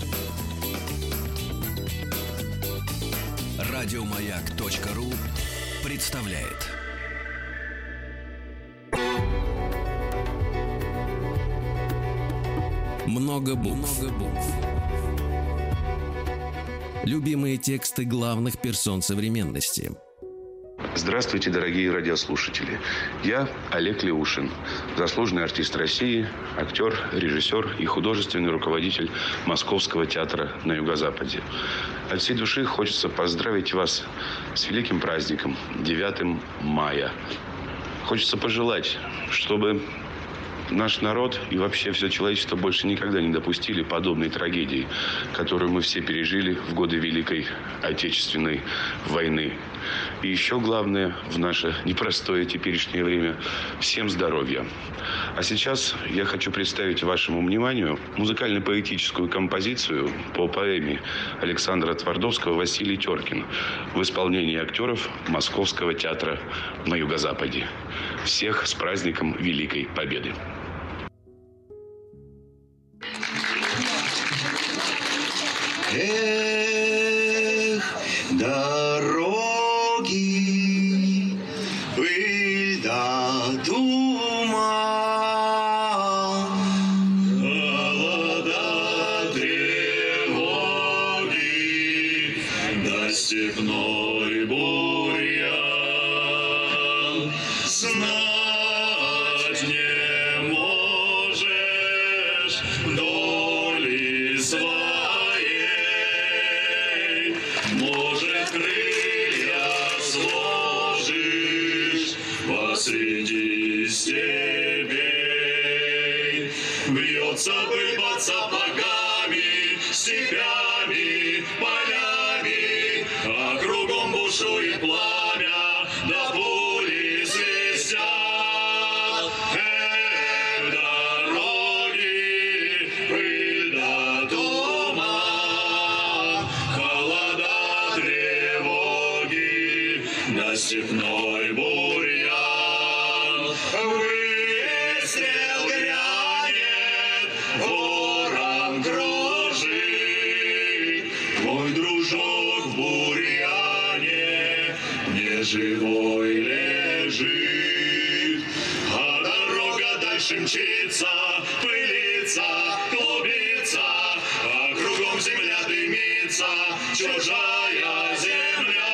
Радиомаяк.ру представляет. Много букв. Любимые тексты главных персон современности. Здравствуйте, дорогие радиослушатели. Я Олег Леушин, заслуженный артист России, актер, режиссер и художественный руководитель Московского театра на Юго-Западе. От всей души хочется поздравить вас с великим праздником 9 мая. Хочется пожелать, чтобы наш народ и вообще все человечество больше никогда не допустили подобной трагедии, которую мы все пережили в годы Великой Отечественной войны. И еще главное, в наше непростое теперешнее время, всем здоровья. А сейчас я хочу представить вашему вниманию музыкально-поэтическую композицию по поэме Александра Твардовского «Василий Теркин» в исполнении актеров Московского театра на Юго-Западе. Всех с праздником Великой Победы! Эх, дороги, пыль да туман, холода, тревоги, да степной бурьян. Знать не можешь доли своей, может, крылья сложишь посреди степей. Бьется пыль под сапогами, степями, полями, а кругом бушует пламя, да пули свистят. Эх, дороги, пыль да туман, холода, тревоги, да степной бурьян. Выстрел грянет, ворон кружит, мой дружок в бурьяне неживой лежит. А дорога дальше мчится, пылится, клубится, а кругом земля дымится, чужая земля.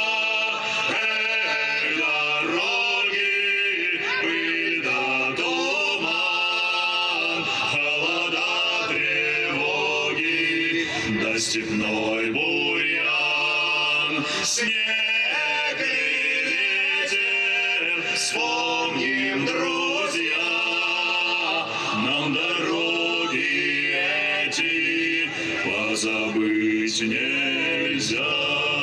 Эх, дороги, пыль да туман, холода, тревоги, да степной бурьян. Снег и ветер, вспомним, друзья, нам дороги эти позабыть нельзя.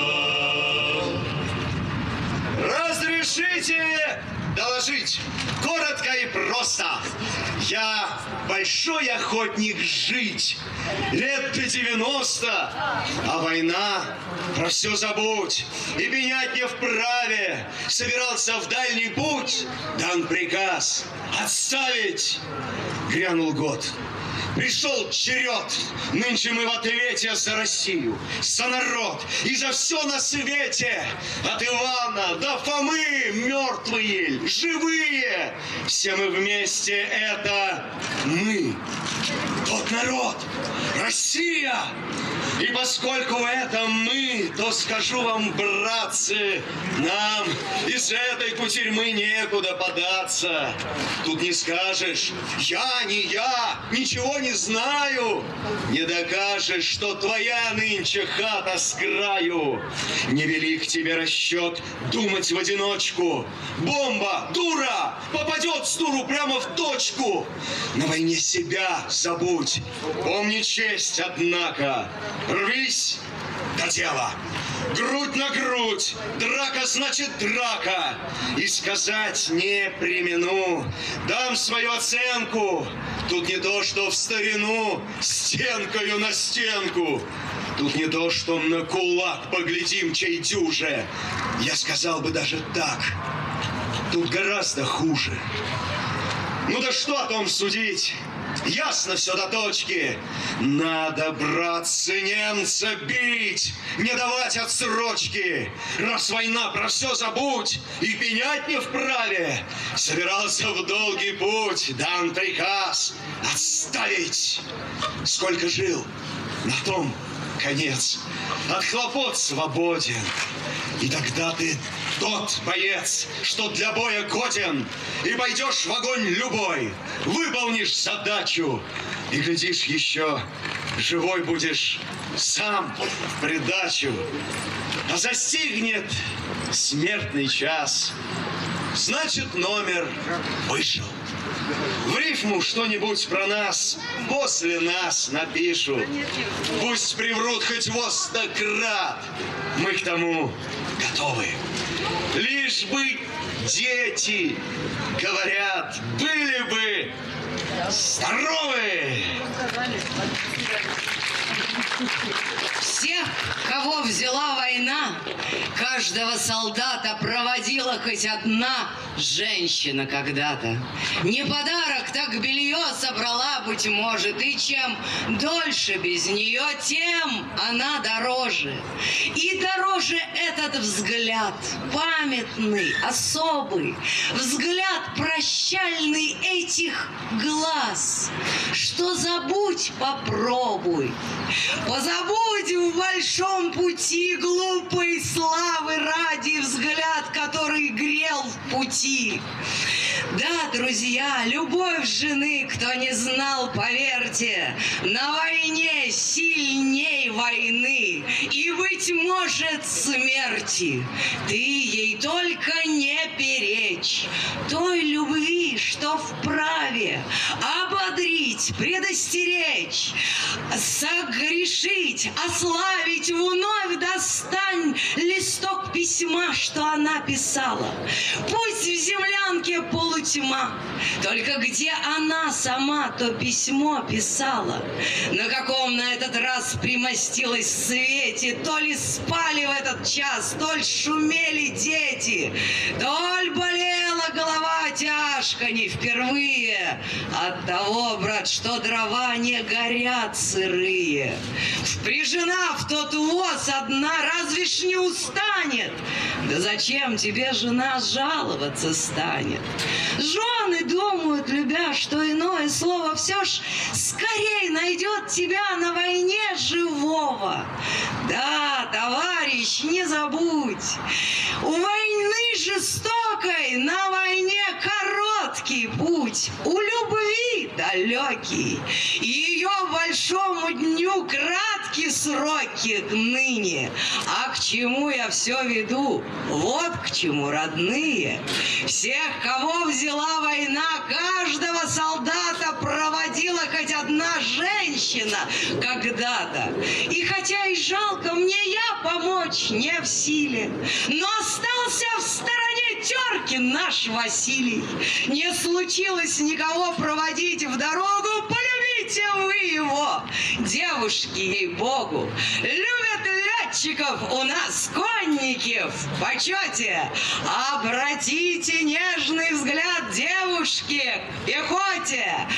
Разрешите доложить коротко и просто. Я большой охотник жить, лет до 90, а война, про все забудь, и менять не вправе. Собирался в дальний путь, дан приказ отставить. Грянул год. Пришел черед, нынче мы в ответе за Россию, за народ и за все на свете. От Ивана до Фомы мертвые, живые, все мы вместе это мы, тот народ, Россия. И поскольку это мы, то скажу вам, братцы, нам из этой кутерьмы некуда податься. Тут не скажешь, я, не я, ничего не знаю. Не докажешь, что твоя нынче хата с краю. Невелик тебе расчет думать в одиночку. Бомба, дура, попадет с дуру прямо в точку. На войне себя забудь, помни честь, однако. Рвись до дела, грудь на грудь, драка значит драка. И сказать не премину, дам свою оценку. Тут не то, что в старину, стенкою на стенку. Тут не то, что на кулак поглядим, чей дюже. Я сказал бы даже так, тут гораздо хуже. Ну да что о том судить? Ясно все до точки. Надо, братцы, немца бить, не давать отсрочки. Раз война, про все забудь, и пенять не вправе. Собирался в долгий путь, дан приказ отставить. Сколько жил, на том конец. От хлопот свободен. И тогда ты тот боец, что для боя годен, и пойдешь в огонь любой, выполнишь задачу, и, глядишь, еще живой будешь сам в придачу. А застигнет смертный час, значит, номер вышел. В рифму что-нибудь про нас после нас напишут. Пусть приврут хоть во 100 крат, мы к тому готовы. Лишь бы дети, говорят, были бы здоровы. Всех, кого взяла война, каждого солдата проводила хоть одна женщина когда-то. Не подарок, так белье собрала, быть может, и чем дольше без нее, тем она дороже. И дороже этот взгляд, памятный, особый, взгляд прощальный этих глаз, что забудь попробуй, позабудь в большом пути глупой славы ради взгляд, который грел в пути. Да, друзья, любовь жены, кто не знал, поверьте, на войне сильней войны и, быть может, смерти. Ты ей только не перечь той любви, что вправе ободрить, предостеречь, согрешить, ославить, вновь достань листок письма, что она писала. Пусть в землянке полутьма, только где она сама то письмо писала, на каком на этот раз примостилась в свете, то ли спали в этот час, то ли шумели дети, то ли болела голова тяжко не впервые от того, брат, что дрова не горят сырые. Впряжена в тот воз одна, разве ж не устанет? Да зачем тебе жена жаловаться станет? Жены думают, любя, что иное слово все ж скорей найдет тебя на войне живого. Да, товарищ, не забудь, у войны жестокой на войне короткий путь, у любви далекий, и ее большому дню краткие сроки ныне. А к чему я все веду? Вот к чему, родные. Всех, кого взяла война, каждого солдата проводила хоть одна женщина когда-то. И хотя и жалко, мне я помочь не в силе, но остался в стороне Теркин наш Василий. Не случилось никого проводить в дорогу, полюбите вы его. Девушки, ей-богу, любят летчиков у нас конники в почете. Обратите нежный взгляд девушки к пехоте.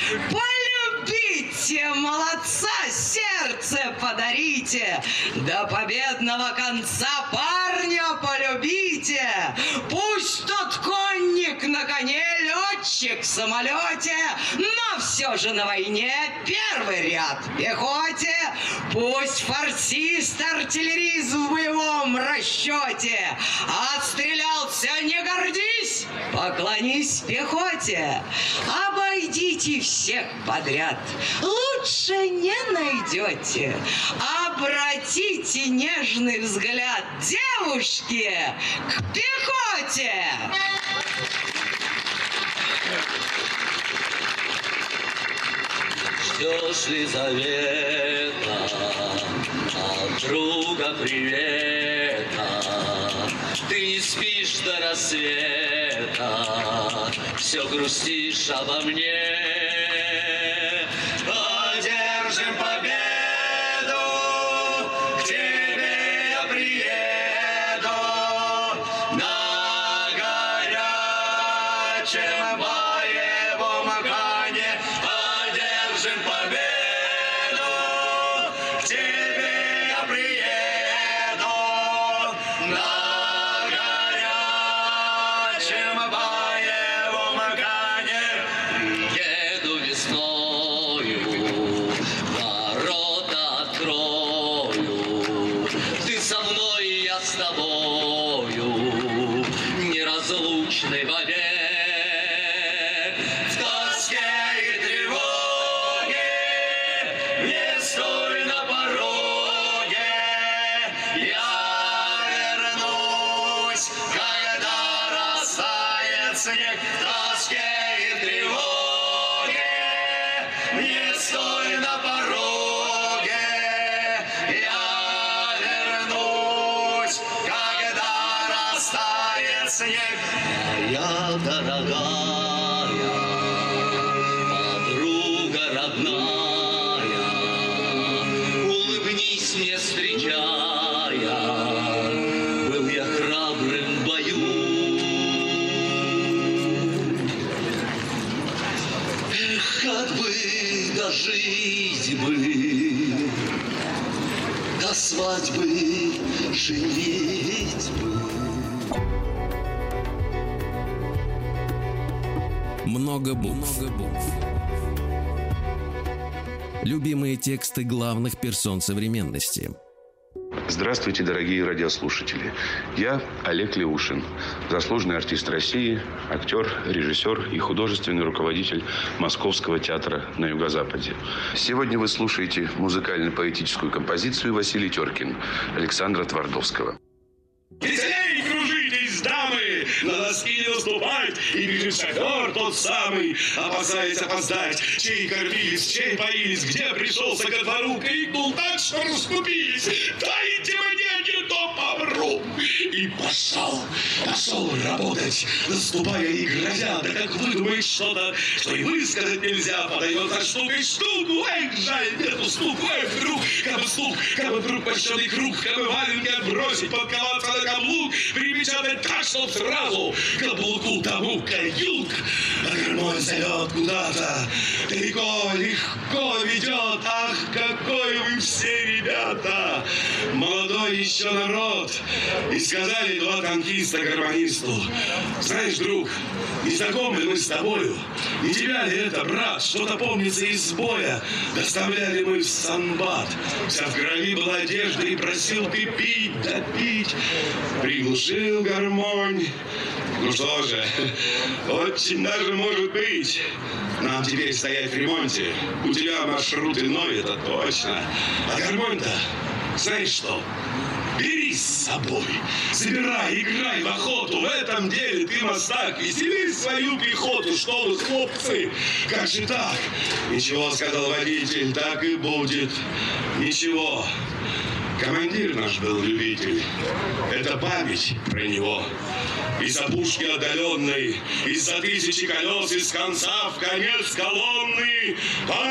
Полюбите молодца, сердце подарите. До победного конца парня полюбите. Пусть тот конник на коне, летчик в самолете, но все же на войне первый ряд пехоте. Пусть форсист, артиллерист в боевом расчете. Отстрелялся, не гордись, поклонись пехоте. Обойдите всех подряд, лучше не найдете. Обратите нежный взгляд девушки к пехоте. Ждешь ли завета от друга привета? Ты не спишь до рассвета, все грустишь обо мне. Одержим победу, к тебе я приеду на горячем боевом коне. с тобою, неразлучный вовек. В тоске и тревоге не стой на пороге, я вернусь, когда растает снег. В тоске и тревоге не стой на пороге, я вернусь, когда растает снег. Моя дорогая, подруга родная, улыбнись мне, встречая, был я храбрым в бою. Эх, как бы дожить бы, до свадьбы женить бы. Много букв. Любимые тексты главных персон современности. Здравствуйте, дорогие радиослушатели. Я Олег Леушин, заслуженный артист России, актер, режиссер и художественный руководитель Московского театра на Юго-Западе. Сегодня вы слушаете музыкально-поэтическую композицию «Василий Теркин» Александра Твардовского. Веселей кружитесь, дамы, на доски не наступать, и бежит шофер тот самый, опасаясь опоздать. Чей кормились, чей поились, где пришелся ко двору, крикнул так, что расступились: дайте мне, не то помру. И пошел работать, наступая и грозя, да как выдумает что-то, что и высказать нельзя, подает за штукой штуку. Эх, жаль, нету стуку, эх, вдруг, как бы стук, как бы вдруг почтенный круг, как бы валенки отбросить, подковаться на каблук, припечатать так, чтоб сразу каблуку тому каюк. А гармонь зовет куда-то, далеко, легко ведет. Ах, какой вы все, ребята, молодой еще народ. И сказали два танкиста гармонисту: знаешь, друг, не знакомы мы с тобою, не тебя ли это, брат, что-то помнится из боя, доставляли мы в Санбат, вся в крови была одежда, и просил ты пить, да пить. Приглушил гармонь. Ну что же, очень даже может быть. Нам теперь стоять в ремонте. У тебя маршрут иной, это точно. А гармонь-то, знаешь что? Бери с собой, забирай, играй в охоту. В этом деле ты мастак. Весели свою пехоту, что вы, хлопцы. Как же так? Ничего, сказал водитель, так и будет. Ничего. Командир наш был любитель. Это память про него. Из-за пушки отдаленной, из-за тысячи колес, из конца в конец колонны, по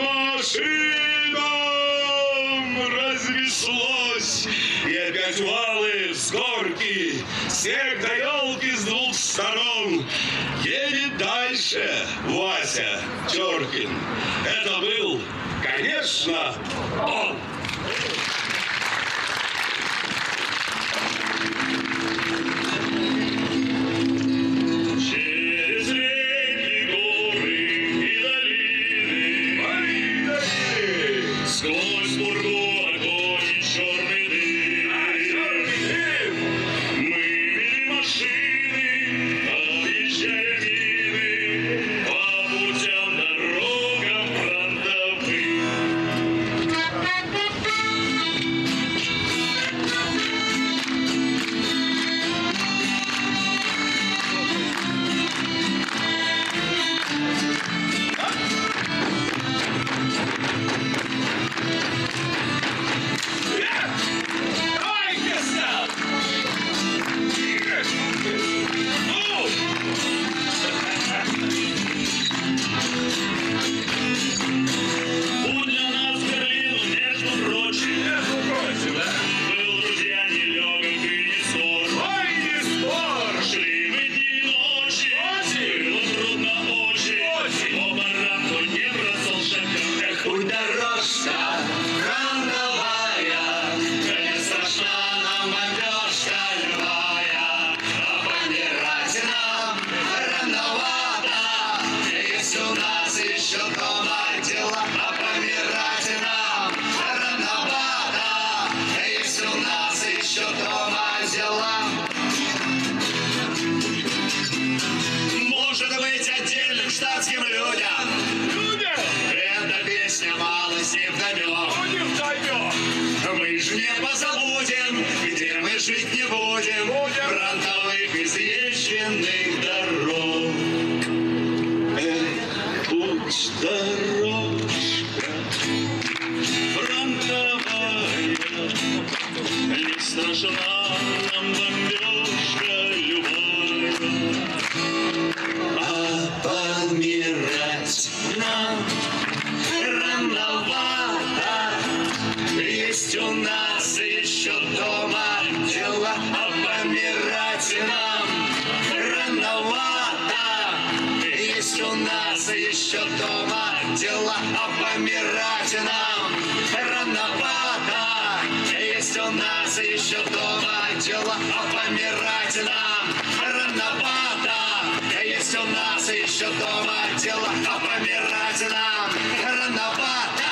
машинам разнеслось. И опять валы с горки, снег до елки с двух сторон. Едет дальше Вася Теркин. Это был, конечно, он. Тайгу. Мы ж не позабудем, где мы жить не будем, фронтовых изъезженных дорог. Путь, дорожка фронтовая, не страшна нам бомбежка любая. А помирать нам рановато, есть у нас еще дома дела. А помирать нам рановато, есть у нас еще дома дела. А помирать нам рановато, есть у нас еще дома дела. А помирать нам рановато, есть у нас еще дома дела. А помирать нам рановато.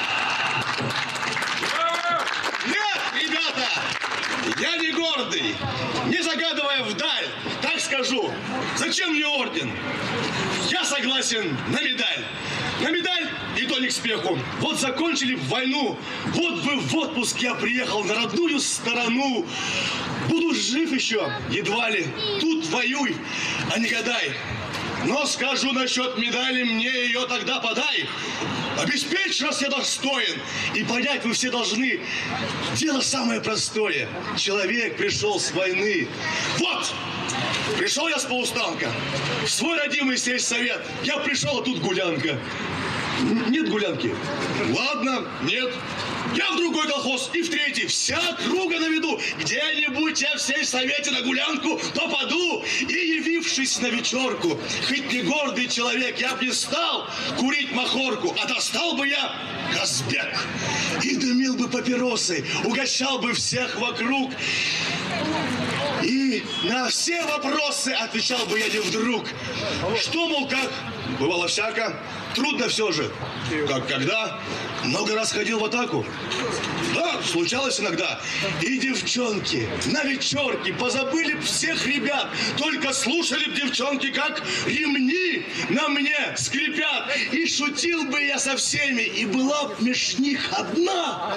Нет, ребята, я не гордый, не загадывая вдаль, так скажу. Зачем мне орден? Я согласен на медаль. На медаль и то не к спеху. Вот закончили войну, вот бы в отпуск я приехал на родную сторону. Буду жив еще, едва ли, тут воюй, а не гадай. Но скажу насчет медали, мне ее тогда подай. Обеспечь, раз я достоин. И понять вы все должны, дело самое простое. Человек пришел с войны. Вот, пришел я с полустанка, в свой родимый сельсовет. Я пришел, а тут гулянка. Нет гулянки? Ладно, нет. Я в другой колхоз и в третий. Вся округа на виду. Где-нибудь я в сельсовете на гулянку попаду. И, явившись на вечерку, хоть не гордый человек, я б не стал курить махорку, а достал бы я Казбек. И дымил бы папиросы, угощал бы всех вокруг. И на все вопросы отвечал бы я не вдруг. Что, мол, как? Бывало всяко. Трудно все же. Как когда? Много раз ходил в атаку? Да, случалось иногда. И девчонки на вечерке позабыли б всех ребят. Только слушали б девчонки, как ремни на мне скрипят. И шутил бы я со всеми, и была б меж них одна.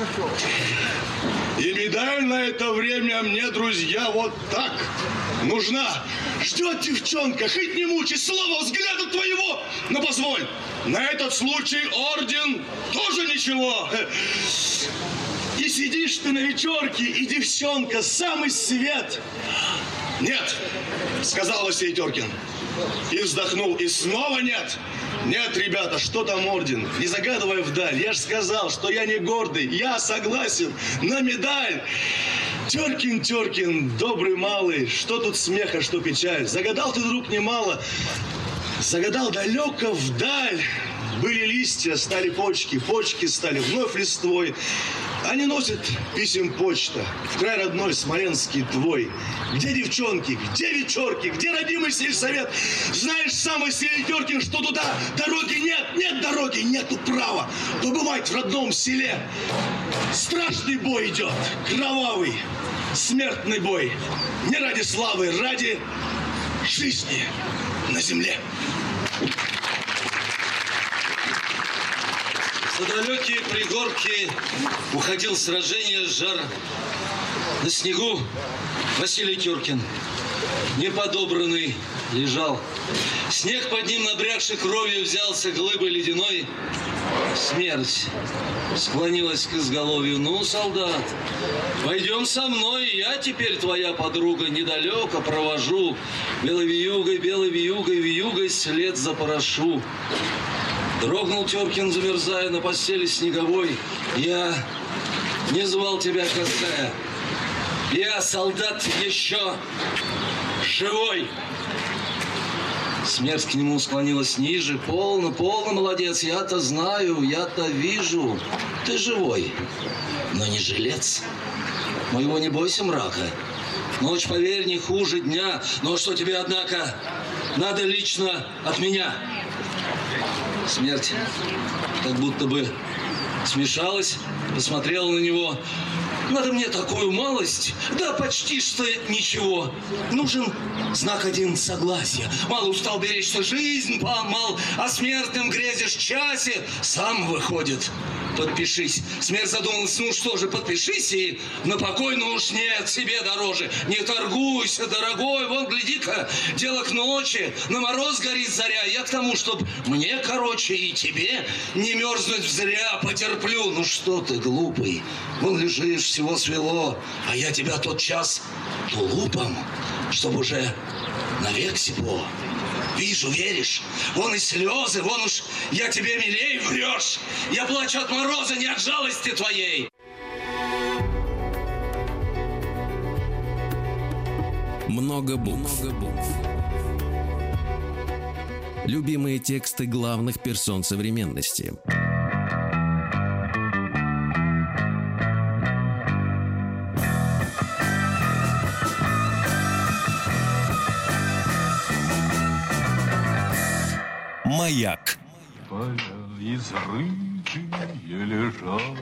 И медаль на это время мне, друзья, вот так нужна. Ждет девчонка, хоть не мучай, слова взгляда твоего. Но позволь, на этот случай орден тоже ничего. И сидишь ты на вечерке, и девчонка, самый свет. Нет, сказал Василий Теркин. И вздохнул, и снова нет. Нет, ребята, что там орден? Не загадывай вдаль. Я ж сказал, что я не гордый. Я согласен на медаль. Теркин, Теркин, добрый малый, что тут смеха, что печаль. Загадал ты, друг, немало. Загадал далеко вдаль. Были листья, стали почки, почки стали вновь листвой. Они носят писем почта в край родной Смоленский твой. Где девчонки, где вечерки, где родимый сельсовет? Знаешь сам, Василий Теркин, что туда дороги нет, нет дороги, нету права побывать в родном селе. Страшный бой идет, кровавый, смертный бой. Не ради славы, ради жизни на земле. За далекие пригорки уходил в сражение жар. На снегу Василий Теркин, неподобранный, лежал. Снег под ним, набрякший кровью, взялся глыбой ледяной. Смерть склонилась к изголовью. Ну, солдат, пойдем со мной, я теперь твоя подруга, недалеко провожу. Белой вьюгой след запорошу. Дрогнул Теркин, замерзая на постели снеговой. Я не звал тебя, Костая. Я, солдат, еще живой. Смерть к нему склонилась ниже. Полно, молодец. Я-то знаю, я-то вижу. Ты живой, но не жилец. Моего не бойся мрака. Ночь, поверь, не хуже дня. Но что тебе, однако, надо лично от меня? Смерть как будто бы смешалась, посмотрела на него. Надо мне такую малость, да почти что ничего. Нужен знак один согласия. Мало устал беречь, что жизнь помал, о смертном грезишь часе. Сам выходит, подпишись. Смерть задумалась, ну что же, подпишись и на покой, ну уж нет, себе дороже. Не торгуйся, дорогой, вон, гляди-ка, дело к ночи, на мороз горит заря. Я к тому, чтоб мне, короче, и тебе не мерзнуть зря, потерплю. Ну что ты, глупый, вон лежишь, всего свело, а я тебя тот час тулупом, чтоб уже навек сего. Вижу, веришь? Вон и слезы, вон уж я тебе милей врешь. Я плачу от мороза, не от жалости твоей. Много букв. Любимые тексты главных персон современности. Маяк. Поля изрытые лежат,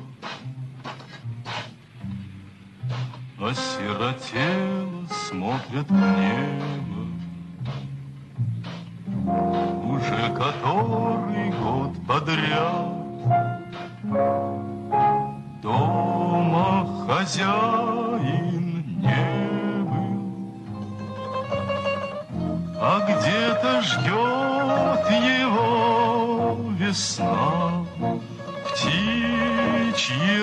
осиротело смотрят в небо. Уже который год подряд дома хозяин не был, а где-то ждет его весна, птичий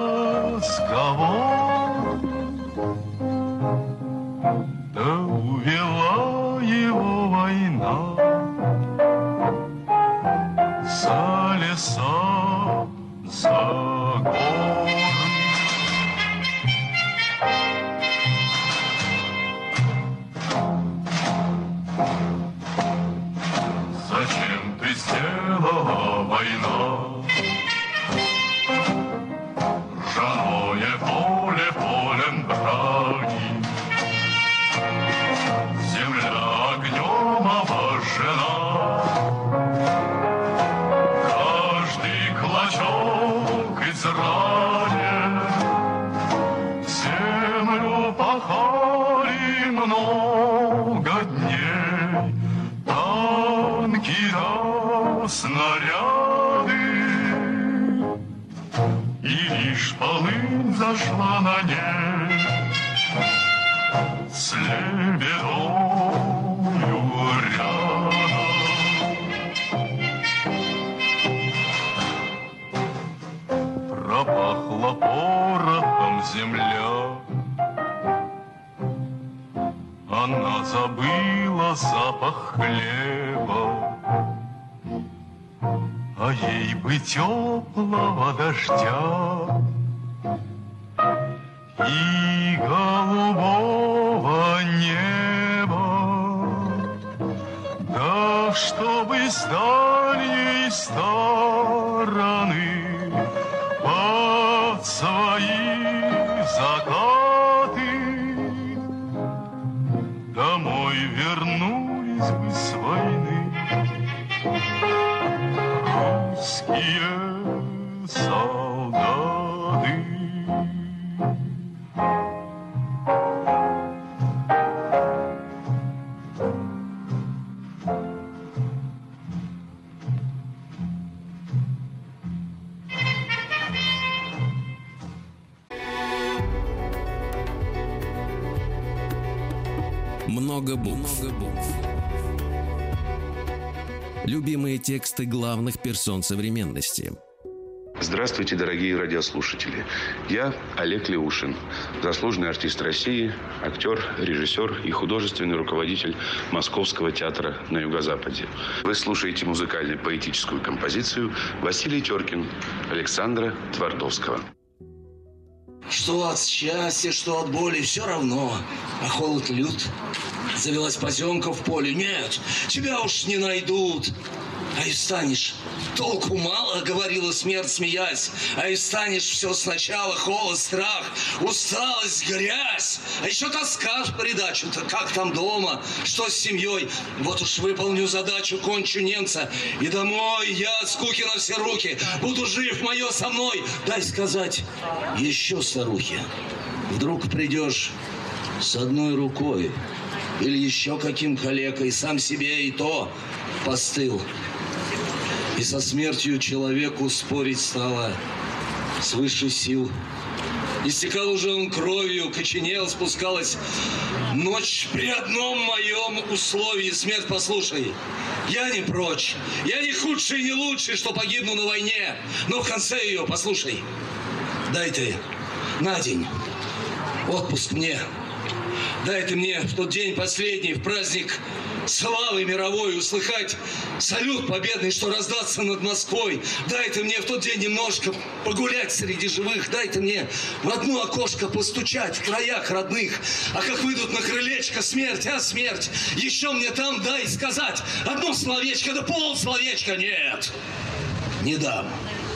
разговор. Да увела его война за леса, за горы. Зачем ты сделала война? Ржаное поле полем брани, земля огнем обожжена. Каждый клочок изранен, землю пахали много дней. Танки да снаряды, и лишь полынь зашла на ней с лебедою рядом. Пропахла порохом земля, она забыла запах хлеба, а ей бы теплого дождя и голубого неба, да чтобы с дальней стороны под свои закаты домой вернулись бы с войны русские солдаты. Много букв. Любимые тексты главных персон современности. Здравствуйте, дорогие радиослушатели. Я Олег Леушин, заслуженный артист России, актер, режиссер и художественный руководитель Московского театра на Юго-Западе. Вы слушаете музыкально-поэтическую композицию «Василий Теркин» Александра Твардовского. Что от счастья, что от боли, все равно. А холод лют. Завелась поземка в поле. Нет, тебя уж не найдут. А и станешь, толку мало, говорила смерть, смеясь. А и станешь все сначала, холод, страх, усталость, грязь. А еще тоска в придачу-то, как там дома, что с семьей. Вот уж выполню задачу, кончу немца. И домой я от скуки на все руки. Буду жив, мое со мной. Дай сказать еще старухе. Вдруг придешь с одной рукой или еще каким калекой, сам себе и то постыл. И со смертью человеку спорить стало свыше сил. Истекал уже он кровью, коченел, спускалась ночь при одном моем условии. Смерть, послушай, я не прочь, я не худший, не лучший, что погибну на войне. Но в конце ее, послушай, дай ты на день отпуск мне. Дай ты мне в тот день последний, в праздник славы мировой, услыхать салют победный, что раздастся над Москвой. Дай ты мне в тот день немножко погулять среди живых. Дай ты мне в одно окошко постучать в краях родных. А как выйдут на крылечко смерть, смерть, еще мне там дай сказать одно словечко, да полсловечка. Нет, не дам.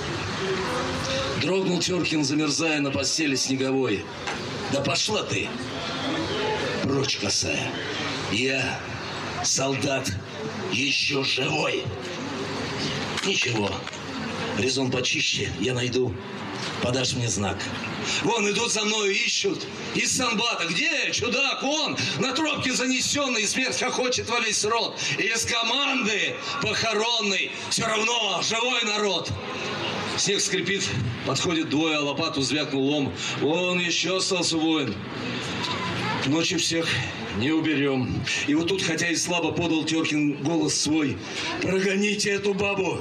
Дрогнул Теркин, замерзая на постели снеговой. Да пошла ты прочь, косая. Я солдат еще живой. Ничего, резон почище я найду. Подашь мне знак. Вон идут за мною, ищут из Санбата. Где чудак? Он на тропке занесенный, смерть хохочет во весь рот. И из команды похоронной все равно живой народ. Снег скрипит, подходит двое, а лопату звякнул лом. Вон еще остался воин. Ночи всех не уберем. И вот тут, хотя и слабо подал Теркин голос свой: прогоните эту бабу.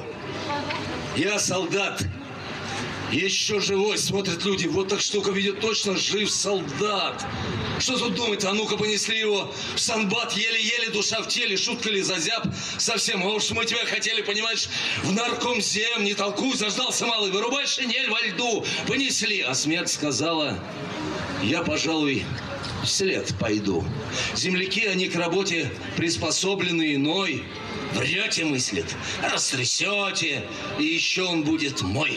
Я солдат, еще живой. Смотрят люди, вот так штука, видит точно, жив солдат. Что тут думать? А ну-ка понесли его в Санбат, еле-еле, душа в теле. Шутка ли, зазяб совсем? А уж мы тебя хотели, понимаешь, в наркомзем. Не толкуй, заждался малый, вырубай шинель во льду. Понесли. А смерть сказала: я, пожалуй, вслед пойду. Земляки, они к работе приспособлены иной. Врете, мыслит, растрясете, и еще он будет мой.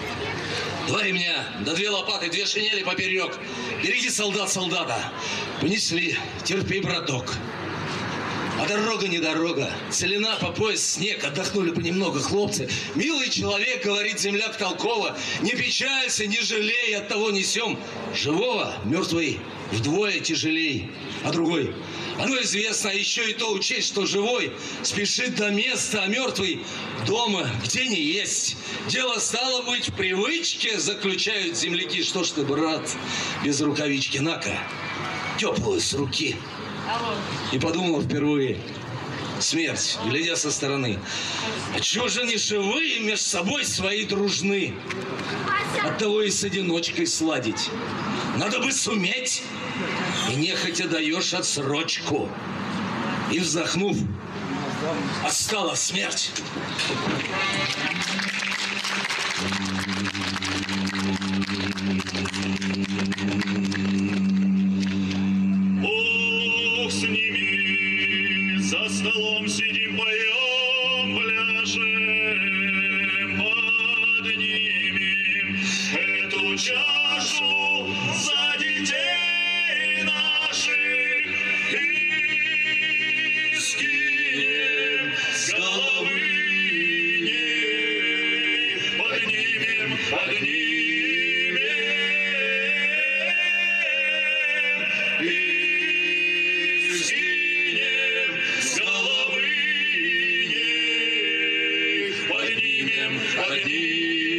2 ремня, да 2 лопаты, 2 шинели поперек. Береги, солдат, солдата. Понесли, терпи, браток. А дорога не дорога, целина по пояс снег, отдохнули понемногу хлопцы. Милый человек, говорит земляк толково, не печалься, не жалей, от того несем живого, мертвый вдвое тяжелей. А другой: оно известно, а еще и то учесть, что живой спешит до места, а мертвый дома, где не есть. Дело стало быть в привычке, заключают земляки. Что ж ты, брат, без рукавички, на-ка, теплую с руки. И подумала впервые смерть, глядя со стороны: а чего же они живые между собой свои дружны? Оттого и с одиночкой сладить надо бы суметь. И нехотя даешь отсрочку. И вздохнув, отстала смерть. Бог с ними, за столом сидим, поем, пляшем, поднимем эту чашу за детей наших и скинем с головы ней. Поднимем, поднимем и скинем с головы ней. Поднимем, поднимем.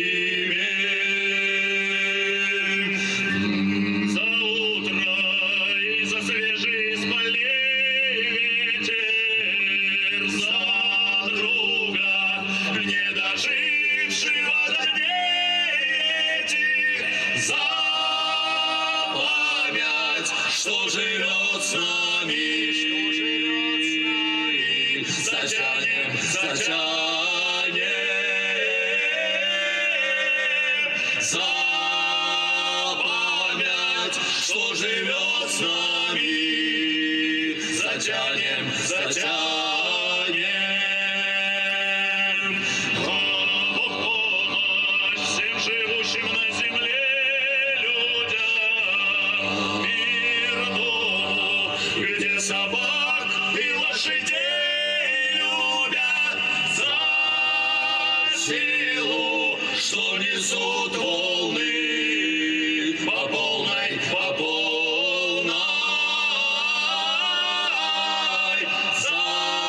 За утро и за свежий с полей ветер, за друга, не дожившего до дней этих, за память, что живет с нами. Затянем, затянем за память, что живет с нами. Затянем, затянем. Помощь всем живущим на земле людям, мир дому, где собак и лошадей любят, за силу, что несут волны по полной, по полной, за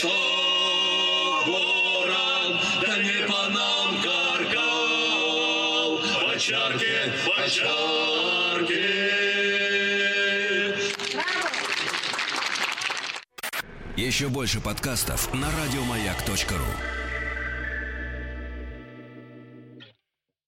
собором, да не по нам каркал. По чарке, по чарке. Еще больше подкастов на радиомаяк.ру.